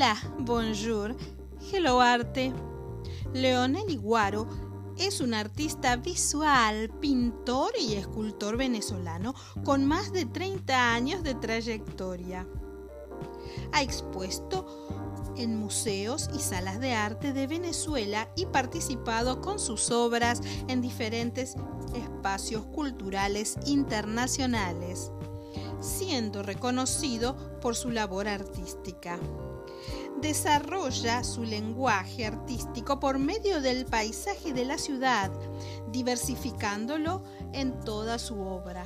Hola, bonjour, hello arte. Leonel Iguaro es un artista visual, pintor y escultor venezolano con más de 30 años de trayectoria. Ha expuesto en museos y salas de arte de Venezuela y participado con sus obras en diferentes espacios culturales internacionales, siendo reconocido por su labor artística. Desarrolla su lenguaje artístico por medio del paisaje de la ciudad, diversificándolo en toda su obra.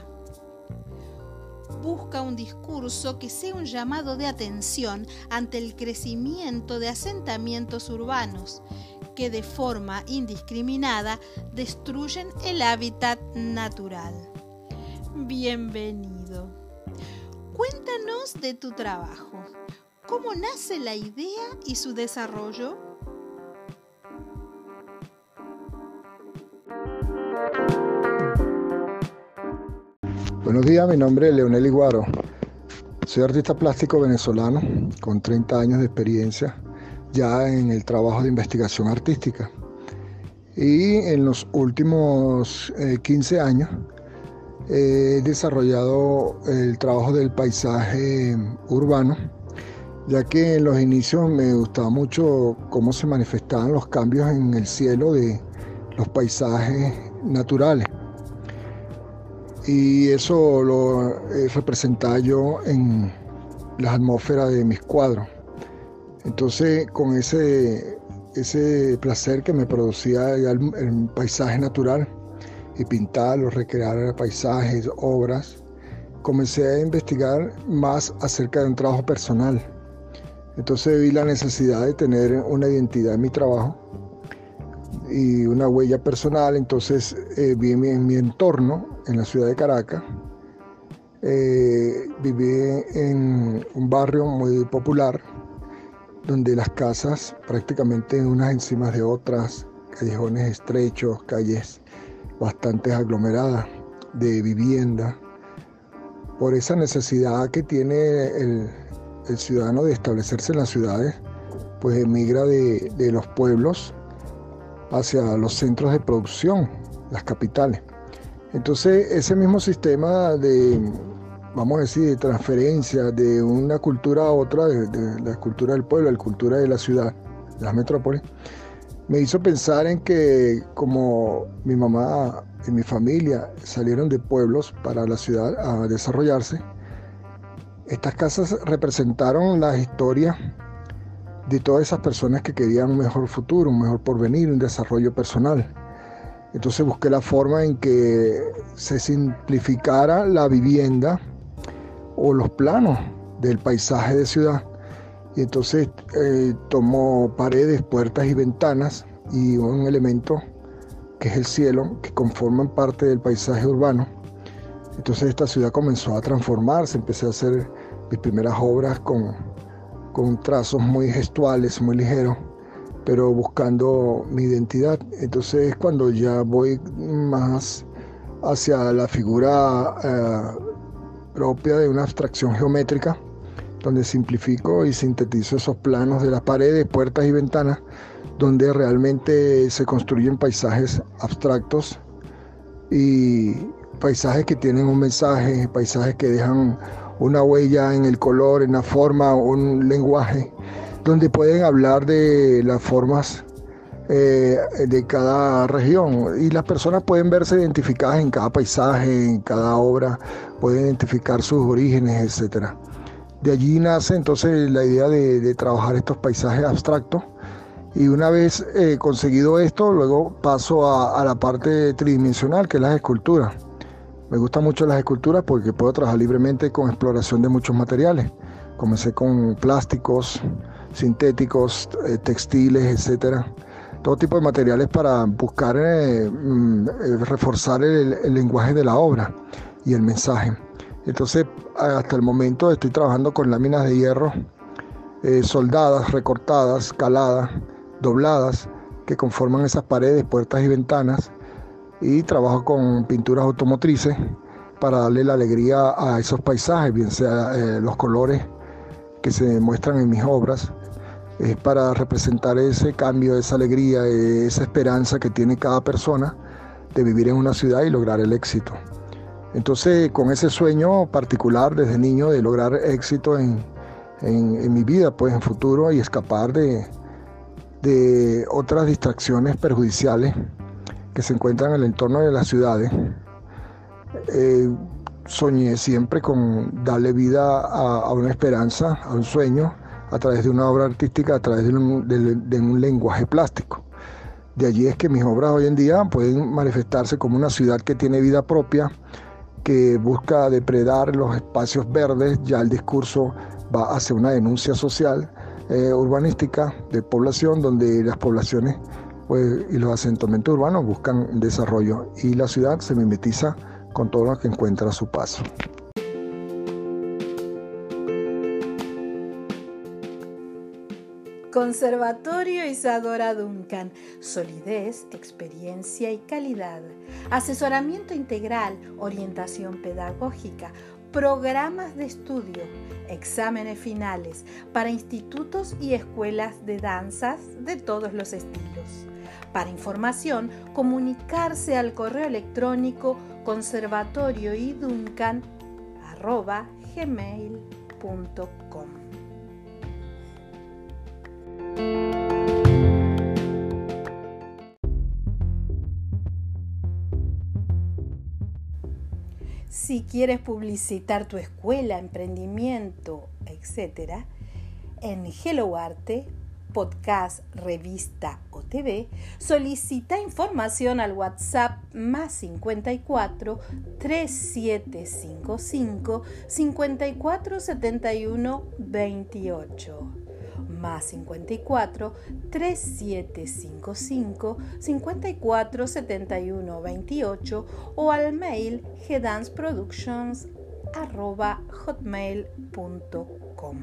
Busca un discurso que sea un llamado de atención ante el crecimiento de asentamientos urbanos que de forma indiscriminada destruyen el hábitat natural. Bienvenido. Cuéntanos de tu trabajo. ¿Cómo nace la idea y su desarrollo? Buenos días, mi nombre es Leonel Iguaro. Soy artista plástico venezolano con 30 años de experiencia ya en el trabajo de investigación artística. Y en los últimos 15 años he desarrollado el trabajo del paisaje urbano, ya que en los inicios me gustaba mucho cómo se manifestaban los cambios en el cielo de los paisajes naturales. Y eso lo representaba yo en las atmósferas de mis cuadros. Entonces, con ese placer que me producía el paisaje natural y pintarlo, recrear paisajes, obras, comencé a investigar más acerca de un trabajo personal. Entonces vi la necesidad de tener una identidad en mi trabajo y una huella personal. Entonces vi en mi entorno, en la ciudad de Caracas, viví en un barrio muy popular, donde las casas prácticamente unas encima de otras, callejones estrechos, calles bastante aglomeradas de vivienda. Por esa necesidad que tiene el ciudadano de establecerse en las ciudades, pues emigra de los pueblos hacia los centros de producción, las capitales. Entonces ese mismo sistema de, vamos a decir, de transferencia de una cultura a otra, de la cultura del pueblo a la cultura de la ciudad, de las metrópolis, me hizo pensar en que como mi mamá y mi familia salieron de pueblos para la ciudad a desarrollarse, estas casas representaron la historia de todas esas personas que querían un mejor futuro, un mejor porvenir, un desarrollo personal. Entonces busqué la forma en que se simplificara la vivienda o los planos del paisaje de ciudad. Y entonces tomo paredes, puertas y ventanas y un elemento que es el cielo, que conforman parte del paisaje urbano. Entonces esta ciudad comenzó a transformarse, empecé a hacer mis primeras obras con trazos muy gestuales, muy ligeros, pero buscando mi identidad. Entonces cuando ya voy más hacia la figura propia de una abstracción geométrica, donde simplifico y sintetizo esos planos de las paredes, puertas y ventanas, donde realmente se construyen paisajes abstractos y paisajes que tienen un mensaje, paisajes que dejan una huella en el color, en la forma, un lenguaje, donde pueden hablar de las formas de cada región y las personas pueden verse identificadas en cada paisaje, en cada obra, pueden identificar sus orígenes, etc. De allí nace entonces la idea de trabajar estos paisajes abstractos, y una vez conseguido esto, luego paso a la parte tridimensional, que es las esculturas. Me gustan mucho las esculturas porque puedo trabajar libremente con exploración de muchos materiales. Comencé con plásticos, sintéticos, textiles, etc. Todo tipo de materiales para buscar reforzar el lenguaje de la obra y el mensaje. Entonces, hasta el momento estoy trabajando con láminas de hierro soldadas, recortadas, caladas, dobladas, que conforman esas paredes, puertas y ventanas, y trabajo con pinturas automotrices para darle la alegría a esos paisajes, bien sea los colores que se muestran en mis obras, Es para representar ese cambio, esa alegría, esa esperanza que tiene cada persona de vivir en una ciudad y lograr el éxito. Entonces, con ese sueño particular desde niño de lograr éxito en mi vida, pues en futuro, y escapar de otras distracciones perjudiciales que se encuentran en el entorno de las ciudades, soñé siempre con darle vida a una esperanza, a un sueño, a través de una obra artística, a través de un lenguaje plástico. De allí es que mis obras hoy en día pueden manifestarse como una ciudad que tiene vida propia, que busca depredar los espacios verdes. Ya el discurso va hacia una denuncia social, urbanística, de población, donde las poblaciones y los asentamientos urbanos buscan desarrollo, y la ciudad se mimetiza con todo lo que encuentra a su paso. Conservatorio Isadora Duncan. Solidez, experiencia y calidad. Asesoramiento integral, orientación pedagógica, programas de estudio, exámenes finales para institutos y escuelas de danzas de todos los estilos. Para información, comunicarse al correo electrónico conservatorioiduncan@gmail.com. Si quieres publicitar tu escuela, emprendimiento, etc., en Hello Arte, podcast, revista o TV, solicita información al WhatsApp +54 3755 54 71 28. +54 3755 54 71 28 o al mail gdanceproductions@hotmail.com.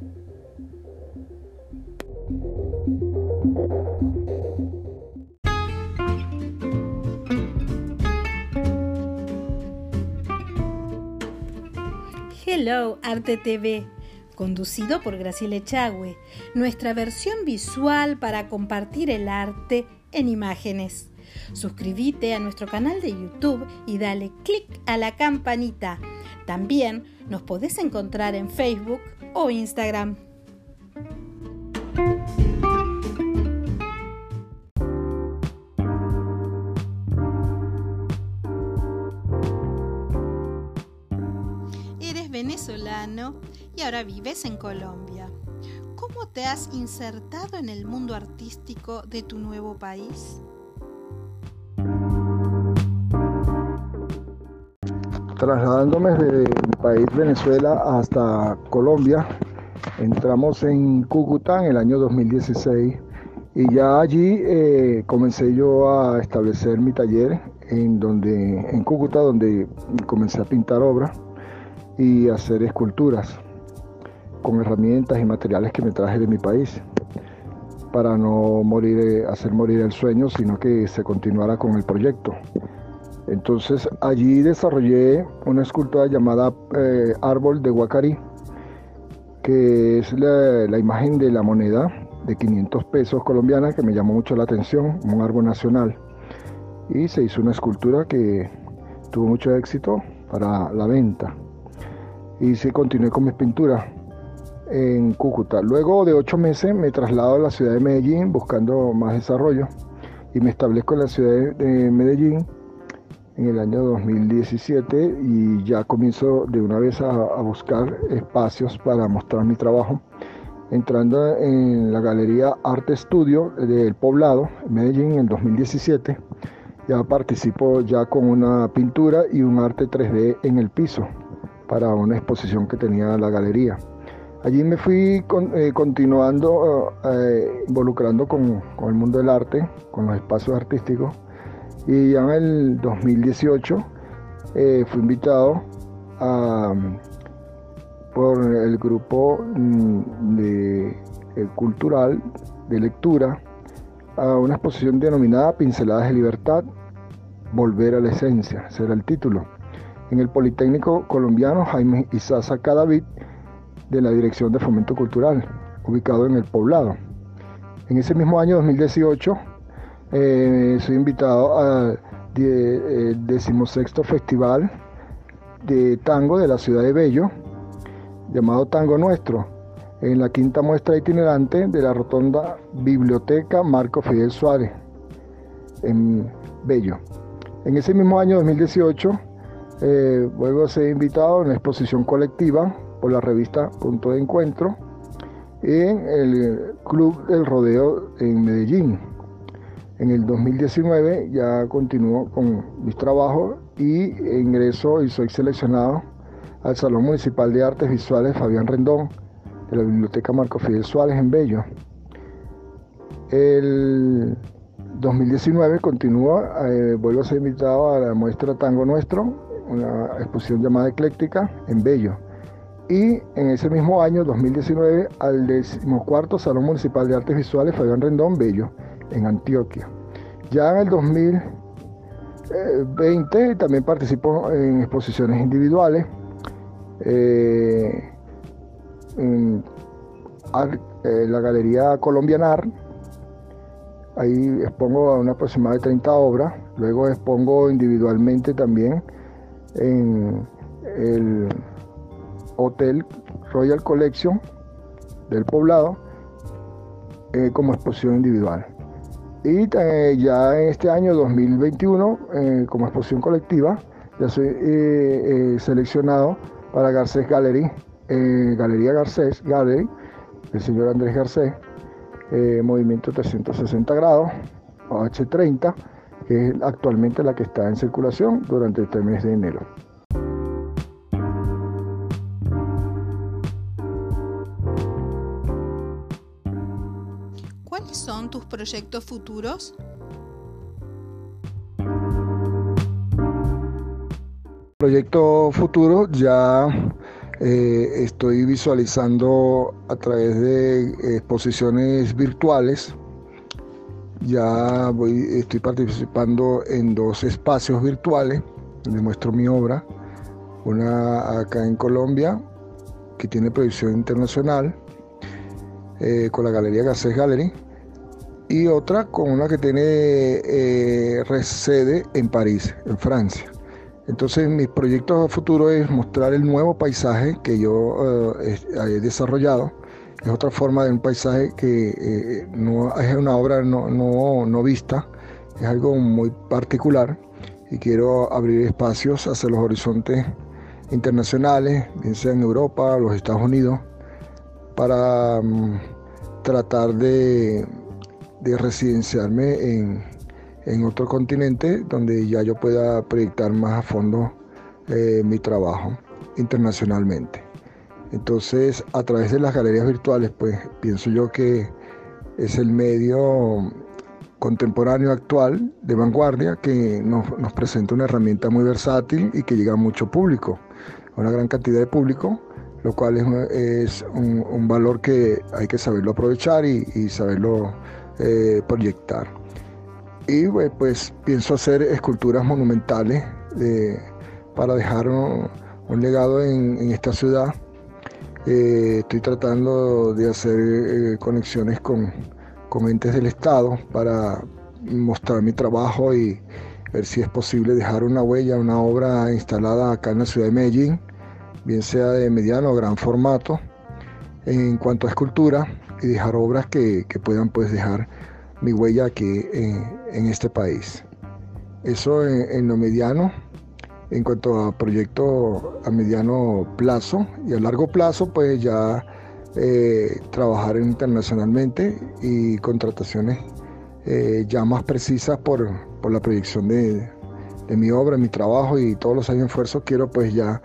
Hello Arte TV, conducido por Graciela Echagüe, nuestra versión visual para compartir el arte en imágenes. Suscríbete a nuestro canal de YouTube y dale clic a la campanita. También nos podés encontrar en Facebook o Instagram. Eres venezolano y ahora vives en Colombia. ¿Cómo te has insertado en el mundo artístico de tu nuevo país? Trasladándome desde mi país, Venezuela, hasta Colombia, entramos en Cúcuta en el año 2016 y ya allí comencé yo a establecer mi taller en Cúcuta, donde comencé a pintar obras y hacer esculturas con herramientas y materiales que me traje de mi país, para no hacer morir el sueño, sino que se continuara con el proyecto. Entonces allí desarrollé una escultura llamada Árbol de Guacarí, que es la imagen de la moneda de 500 pesos colombiana, que me llamó mucho la atención, un árbol nacional. Y se hizo una escultura que tuvo mucho éxito para la venta. Y sí, continué con mis pinturas en Cúcuta. Luego de 8 meses me traslado a la ciudad de Medellín buscando más desarrollo y me establezco en la ciudad de Medellín en el año 2017 y ya comienzo de una vez a buscar espacios para mostrar mi trabajo, entrando en la Galería Arte Estudio del Poblado, en Medellín, en el 2017. Ya participo ya con una pintura y un arte 3D en el piso para una exposición que tenía la galería. Allí me fui continuando involucrando con el mundo del arte, con los espacios artísticos, y ya en el 2018 fui invitado por el grupo cultural de lectura a una exposición denominada Pinceladas de Libertad, Volver a la Esencia, será el título, en el Politécnico Colombiano Jaime Isaza Cadavid, de la Dirección de Fomento Cultural, ubicado en El Poblado. En ese mismo año 2018 soy invitado al 16º Festival de Tango de la ciudad de Bello, llamado Tango Nuestro, en la quinta muestra itinerante de la Rotonda Biblioteca Marco Fidel Suárez, en Bello. En ese mismo año 2018 vuelvo a ser invitado a una exposición colectiva por la revista Punto de Encuentro en el Club del Rodeo en Medellín. En el 2019 ya continúo con mis trabajos y ingreso y soy seleccionado al Salón Municipal de Artes Visuales Fabián Rendón de la Biblioteca Marco Fidel Suárez en Bello. El 2019 continúa, vuelvo a ser invitado a la muestra Tango Nuestro, una exposición llamada Ecléctica en Bello. Y en ese mismo año, 2019, al 14º Salón Municipal de Artes Visuales Fabián Rendón Bello, en Antioquia. Ya en el 2020 también participo en exposiciones individuales, en la Galería Colombianar. Ahí expongo a una aproximada de 30 obras, luego expongo individualmente también en el Hotel Royal Collection del Poblado como exposición individual. Y ya en este año 2021 como exposición colectiva ya soy seleccionado para Garcés Gallery, Galería Garcés Gallery, el señor Andrés Garcés, movimiento 360 grados, H30, que es actualmente la que está en circulación durante este mes de enero. ¿Cuáles son tus proyectos futuros? Proyecto futuro ya estoy visualizando a través de exposiciones virtuales. Ya estoy participando en 2 espacios virtuales donde muestro mi obra. Una acá en Colombia, que tiene proyección internacional, con la Galería Garcés Gallery, y otra con una que tiene sede en París, en Francia. Entonces mi proyecto a futuro es mostrar el nuevo paisaje que yo he desarrollado. Es otra forma de un paisaje que no es una obra no vista, es algo muy particular, y quiero abrir espacios hacia los horizontes internacionales, bien sea en Europa o los Estados Unidos, para tratar de residenciarme en otro continente donde ya yo pueda proyectar más a fondo mi trabajo internacionalmente. Entonces, a través de las galerías virtuales, pues pienso yo que es el medio contemporáneo actual de vanguardia que nos presenta una herramienta muy versátil y que llega a mucho público, a una gran cantidad de público, lo cual es un valor que hay que saberlo aprovechar y saberlo proyectar. Y pues pienso hacer esculturas monumentales para dejar un legado en esta ciudad. Estoy tratando de hacer conexiones con entes del Estado para mostrar mi trabajo y ver si es posible dejar una huella, una obra instalada acá en la ciudad de Medellín, bien sea de mediano o gran formato, en cuanto a escultura, y dejar obras que puedan pues dejar mi huella aquí en este país. Eso en lo mediano. En cuanto a proyectos a mediano plazo y a largo plazo, pues ya trabajar internacionalmente y contrataciones ya más precisas por la proyección de mi obra, mi trabajo, y todos los años de esfuerzo quiero pues ya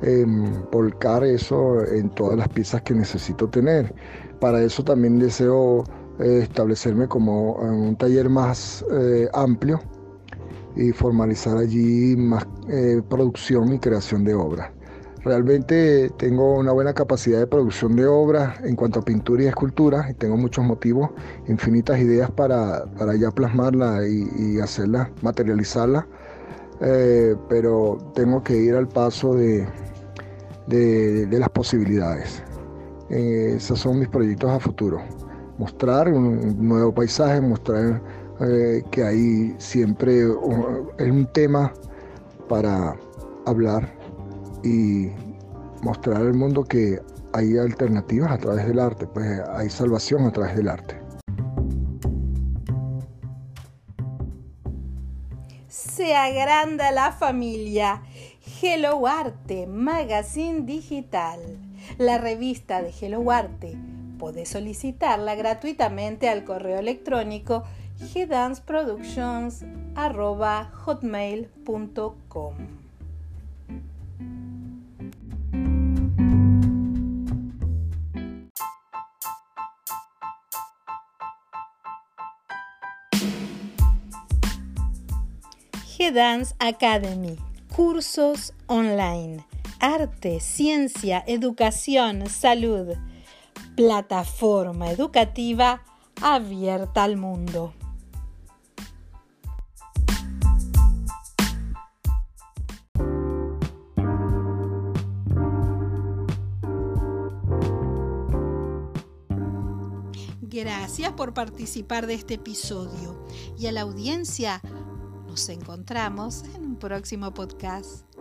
volcar eso en todas las piezas que necesito tener. Para eso también deseo establecerme como en un taller más amplio y formalizar allí más producción y creación de obras. Realmente tengo una buena capacidad de producción de obras en cuanto a pintura y escultura, y tengo muchos motivos, infinitas ideas para ya plasmarla y hacerla, materializarla, pero tengo que ir al paso de las posibilidades. Esos son mis proyectos a futuro. Mostrar un nuevo paisaje, mostrar que hay siempre es un tema para hablar y mostrar al mundo que hay alternativas a través del arte, pues hay salvación a través del arte. Se agranda la familia. Hello Arte, magazine digital. La revista de Hello Arte. Podés solicitarla gratuitamente al correo electrónico gdanceproductions@hotmail.com. G-Dance Academy, cursos online, arte, ciencia, educación, salud, plataforma educativa abierta al mundo. Gracias por participar de este episodio y a la audiencia. Nos encontramos en un próximo podcast.